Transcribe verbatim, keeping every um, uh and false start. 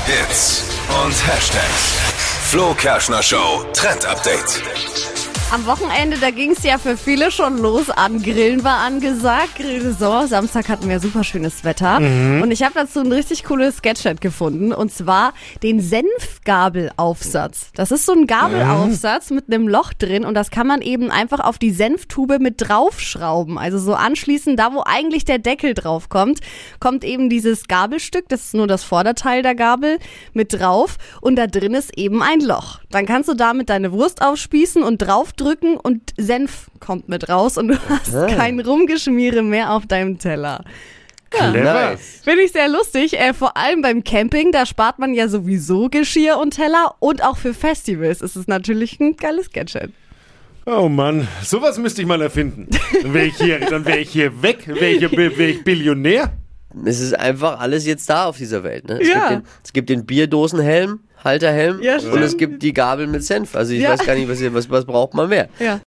Hits und Hashtags. Flo Kerschner Show Trend Update. Am Wochenende, da ging es ja für viele schon los an. Grillen war angesagt, Grillsaison. Samstag hatten wir super schönes Wetter. Mhm. Und ich habe dazu ein richtig cooles Sketchet gefunden. Und zwar den Senfgabelaufsatz. Das ist so ein Gabelaufsatz mhm. mit einem Loch drin. Und das kann man eben einfach auf die Senftube mit draufschrauben. Also so anschließen, da wo eigentlich der Deckel drauf kommt, kommt eben dieses Gabelstück. Das ist nur das Vorderteil der Gabel mit drauf. Und da drin ist eben ein Loch. Dann kannst du damit deine Wurst aufspießen und drauf drücken und Senf kommt mit raus und du hast ah. kein Rumgeschmiere mehr auf deinem Teller. Ja, nice. Finde ich sehr lustig. Äh, vor allem beim Camping, da spart man ja sowieso Geschirr und Teller und auch für Festivals ist es natürlich ein geiles Gadget. Oh Mann, sowas müsste ich mal erfinden. Dann wäre ich hier, dann wäre ich hier weg, wäre ich, wär ich Billionär. Es ist einfach alles jetzt da auf dieser Welt. Ne? Es, Ja. gibt den, es gibt den Bierdosenhelm, Halterhelm Ja, und stimmt. es gibt die Gabel mit Senf. Also ich Ja. weiß gar nicht, was, was, was braucht man mehr. Ja.